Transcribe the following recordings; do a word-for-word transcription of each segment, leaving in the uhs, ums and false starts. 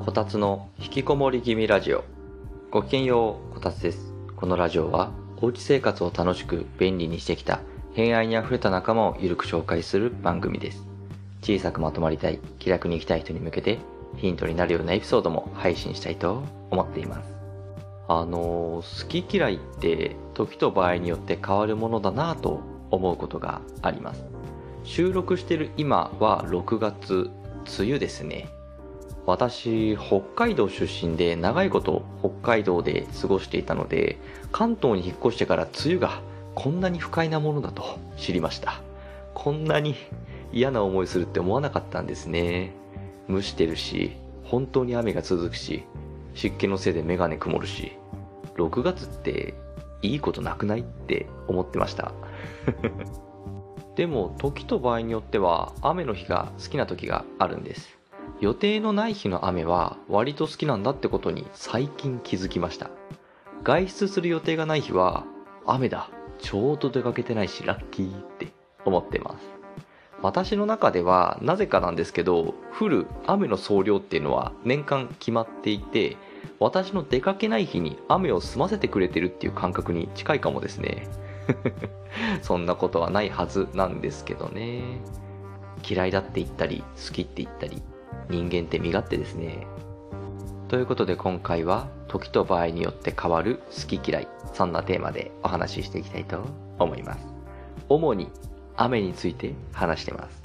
こたつの引きこもり気味ラジオ。ごきげんよう、こたつです。このラジオはおうち生活を楽しく便利にしてきた偏愛にあふれた仲間をゆるく紹介する番組です。小さくまとまりたい、気楽に生きたい人に向けてヒントになるようなエピソードも配信したいと思っています。あのー、好き嫌いって時と場合によって変わるものだなぁと思うことがあります。収録している今はろくがつ、梅雨ですね。私、北海道出身で長いこと北海道で過ごしていたので、関東に引っ越してから梅雨がこんなに不快なものだと知りました。こんなに嫌な思いするって思わなかったんですね。蒸してるし、本当に雨が続くし、湿気のせいで眼鏡曇るし、ろくがつっていいことなくないって思ってました。でも時と場合によっては雨の日が好きな時があるんです。予定のない日の雨は割と好きなんだってことに最近気づきました。外出する予定がない日は雨だ、ちょうど出かけてないしラッキーって思ってます。私の中ではなぜかなんですけど、降る雨の総量っていうのは年間決まっていて、私の出かけない日に雨を済ませてくれてるっていう感覚に近いかもですね。そんなことはないはずなんですけどね。嫌いだって言ったり好きって言ったり、人間って身勝手ですね。ということで今回は時と場合によって変わる好き嫌い、そんなテーマでお話ししていきたいと思います。主に雨について話してます。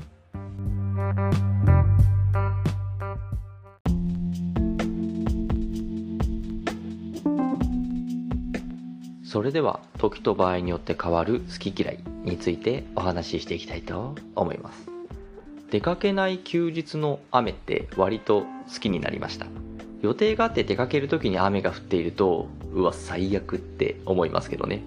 それでは時と場合によって変わる好き嫌いについてお話ししていきたいと思います。出かけない休日の雨って割と好きになりました。予定があって出かける時に雨が降っていると、うわ最悪って思いますけどね。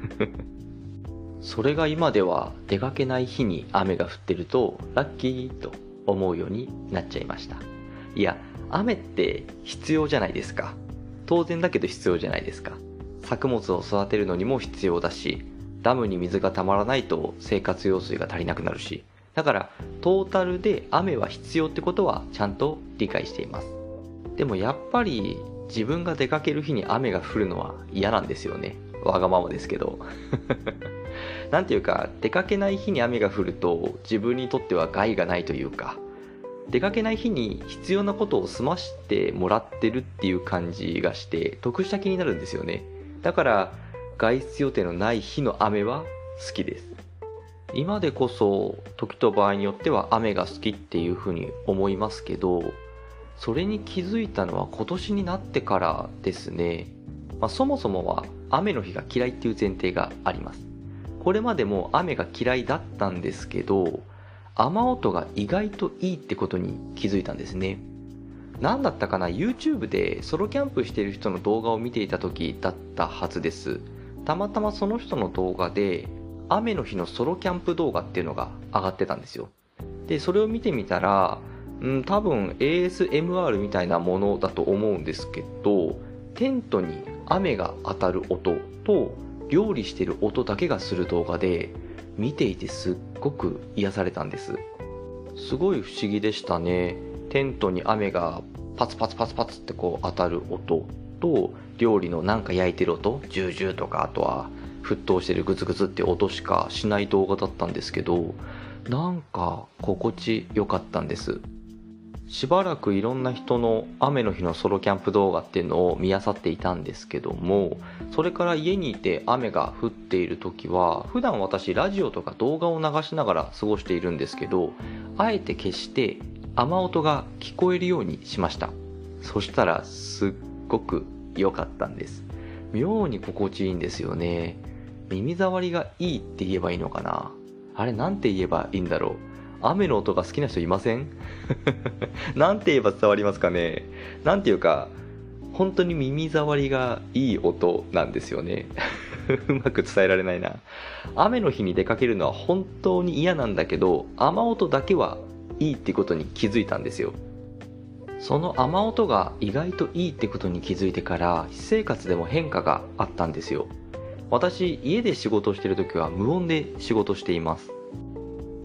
それが今では出かけない日に雨が降ってるとラッキーと思うようになっちゃいました。いや、雨って必要じゃないですか。当然だけど必要じゃないですか。作物を育てるのにも必要だし、ダムに水がたまらないと生活用水が足りなくなるし、だからトータルで雨は必要ってことはちゃんと理解しています。でもやっぱり自分が出かける日に雨が降るのは嫌なんですよね。わがままですけど。なんていうか、出かけない日に雨が降ると自分にとっては害がないというか、出かけない日に必要なことを済ましてもらってるっていう感じがして得した気になるんですよね。だから外出予定のない日の雨は好きです。今でこそ時と場合によっては雨が好きっていうふうに思いますけど、それに気づいたのは今年になってからですね。まあ、そもそもは雨の日が嫌いっていう前提があります。これまでも雨が嫌いだったんですけど、雨音が意外といいってことに気づいたんですね。何だったかな、 YouTube でソロキャンプしている人の動画を見ていた時だったはずです。たまたまその人の動画で雨の日のソロキャンプ動画っていうのが上がってたんですよ。でそれを見てみたら、うん、多分 エーエスエムアール みたいなものだと思うんですけど、テントに雨が当たる音と料理してる音だけがする動画で、見ていてすっごく癒されたんです。すごい不思議でしたね。テントに雨がパツパツパツパツってこう当たる音と、料理のなんか焼いてる音、ジュージューとか、あとは沸騰してるグツグツって音しかしない動画だったんですけど、なんか心地よかったんです。しばらくいろんな人の雨の日のソロキャンプ動画っていうのを見漁っていたんですけども、それから家にいて雨が降っている時は、普段私ラジオとか動画を流しながら過ごしているんですけど、あえて消して雨音が聞こえるようにしました。そしたらすっごく良かったんです。妙に心地いいんですよね。耳障りがいいって言えばいいのかな。あれなんて言えばいいんだろう。雨の音が好きな人いません？なんて言えば伝わりますかね。なんていうか、本当に耳障りがいい音なんですよね。うまく伝えられないな。雨の日に出かけるのは本当に嫌なんだけど、雨音だけはいいってことに気づいたんですよ。その雨音が意外といいってことに気づいてから、私生活でも変化があったんですよ。私、家で仕事をしているときは無音で仕事しています。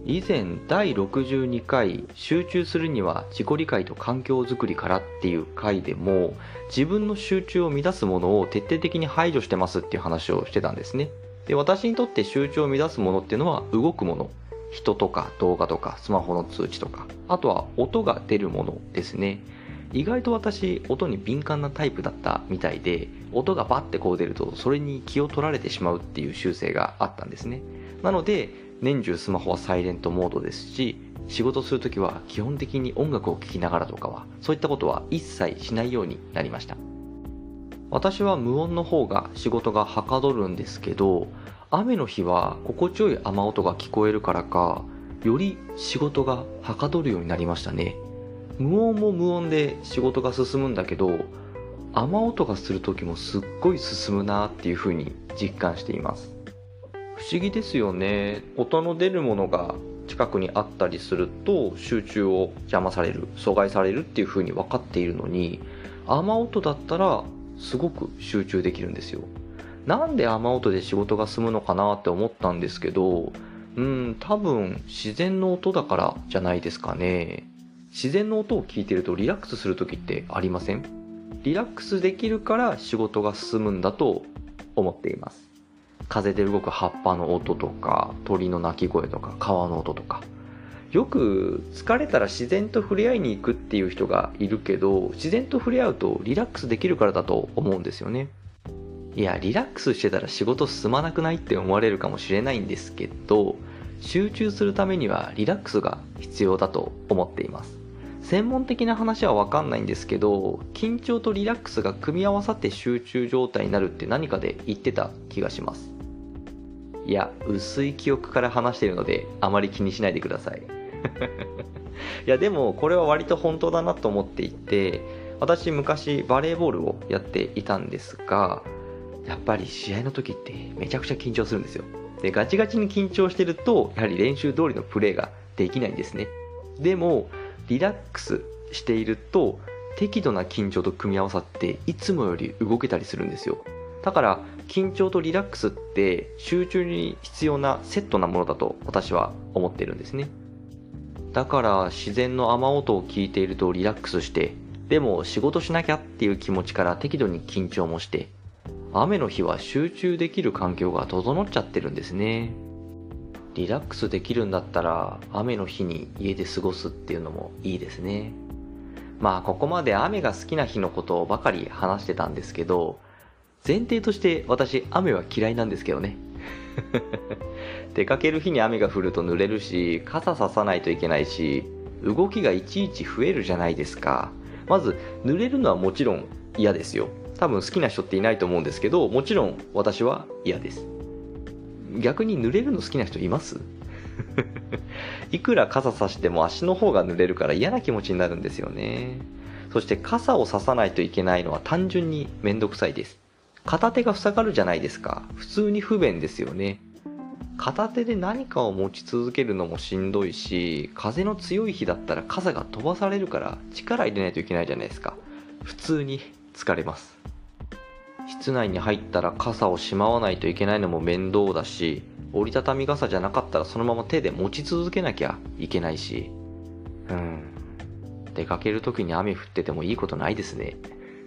以前だいろくじゅうにかい集中するには自己理解と環境づくりからっていう回でも、自分の集中を乱すものを徹底的に排除してますっていう話をしてたんですね。で、私にとって集中を乱すものっていうのは動くもの、人とか動画とかスマホの通知とか、あとは音が出るものですね。意外と私音に敏感なタイプだったみたいで、音がバッてこう出るとそれに気を取られてしまうっていう習性があったんですね。なので年中スマホはサイレントモードですし、仕事するときは基本的に音楽を聴きながらとかはそういったことは一切しないようになりました。私は無音の方が仕事がはかどるんですけど、雨の日は心地よい雨音が聞こえるからか、より仕事がはかどるようになりましたね。無音も無音で仕事が進むんだけど、雨音がする時もすっごい進むなっていう風に実感しています。不思議ですよね。音の出るものが近くにあったりすると集中を邪魔される、阻害されるっていう風に分かっているのに、雨音だったらすごく集中できるんですよ。なんで雨音で仕事が済むのかなって思ったんですけど、うん、多分自然の音だからじゃないですかね。自然の音を聞いてるとリラックスする時ってありません？リラックスできるから仕事が進むんだと思っています。風で動く葉っぱの音とか、鳥の鳴き声とか、川の音とか。よく疲れたら自然と触れ合いに行くっていう人がいるけど、自然と触れ合うとリラックスできるからだと思うんですよね。いや、リラックスしてたら仕事進まなくないって思われるかもしれないんですけど、集中するためにはリラックスが必要だと思っています。専門的な話はわかんないんですけど、緊張とリラックスが組み合わさって集中状態になるって何かで言ってた気がします。いや、薄い記憶から話しているのであまり気にしないでください。いや、でもこれは割と本当だなと思っていて、私昔バレーボールをやっていたんですが、やっぱり試合の時ってめちゃくちゃ緊張するんですよ。で、ガチガチに緊張してるとやはり練習通りのプレーができないんですね。でもリラックスしていると適度な緊張と組み合わさっていつもより動けたりするんですよ。だから緊張とリラックスって集中に必要なセットなものだと私は思っているんですね。だから自然の雨音を聞いているとリラックスして、でも仕事しなきゃっていう気持ちから適度に緊張もして、雨の日は集中できる環境が整っちゃってるんですね。リラックスできるんだったら雨の日に家で過ごすっていうのもいいですね。まあここまで雨が好きな日のことばかり話してたんですけど、前提として私雨は嫌いなんですけどね。出かける日に雨が降ると濡れるし、傘ささないといけないし、動きがいちいち増えるじゃないですか。まず濡れるのはもちろん嫌ですよ。多分好きな人っていないと思うんですけど、もちろん私は嫌です。逆に濡れるの好きな人います？いくら傘さしても足の方が濡れるから嫌な気持ちになるんですよね。そして傘をささないといけないのは単純にめんどくさいです。片手が塞がるじゃないですか。普通に不便ですよね。片手で何かを持ち続けるのもしんどいし、風の強い日だったら傘が飛ばされるから力入れないといけないじゃないですか。普通に疲れます。室内に入ったら傘をしまわないといけないのも面倒だし、折りたたみ傘じゃなかったらそのまま手で持ち続けなきゃいけないし、うーん、出かける時に雨降っててもいいことないですね。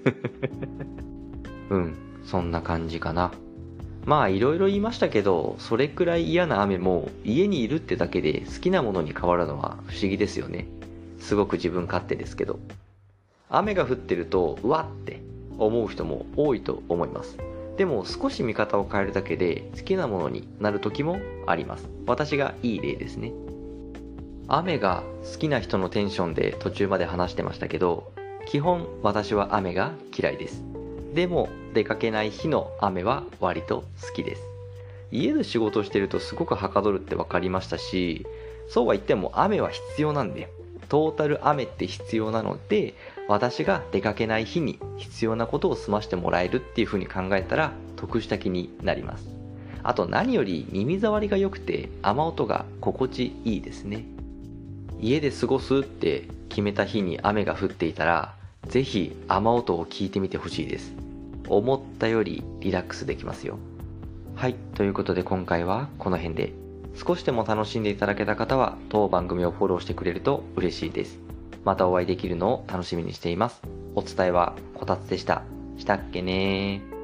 うん、そんな感じかな。まあいろいろ言いましたけど、それくらい嫌な雨も家にいるってだけで好きなものに変わるのは不思議ですよね。すごく自分勝手ですけど。雨が降ってるとうわって思う人も多いと思います。でも少し見方を変えるだけで好きなものになる時もあります。私がいい例ですね。雨が好きな人のテンションで途中まで話してましたけど、基本私は雨が嫌いです。でも出かけない日の雨は割と好きです。家で仕事をしているとすごくはかどるって分かりましたし、そうは言っても雨は必要なんで、トータル雨って必要なので、私が出かけない日に必要なことを済ましてもらえるっていう風に考えたら得した気になります。あと何より耳障りが良くて雨音が心地いいですね。家で過ごすって決めた日に雨が降っていたら、ぜひ雨音を聞いてみてほしいです。思ったよりリラックスできますよ。はい、ということで今回はこの辺で。 少しでも楽しんでいただけた方は当番組をフォローしてくれると嬉しいです。またお会いできるのを楽しみにしています。お伝えはこたつでした。したっけねー。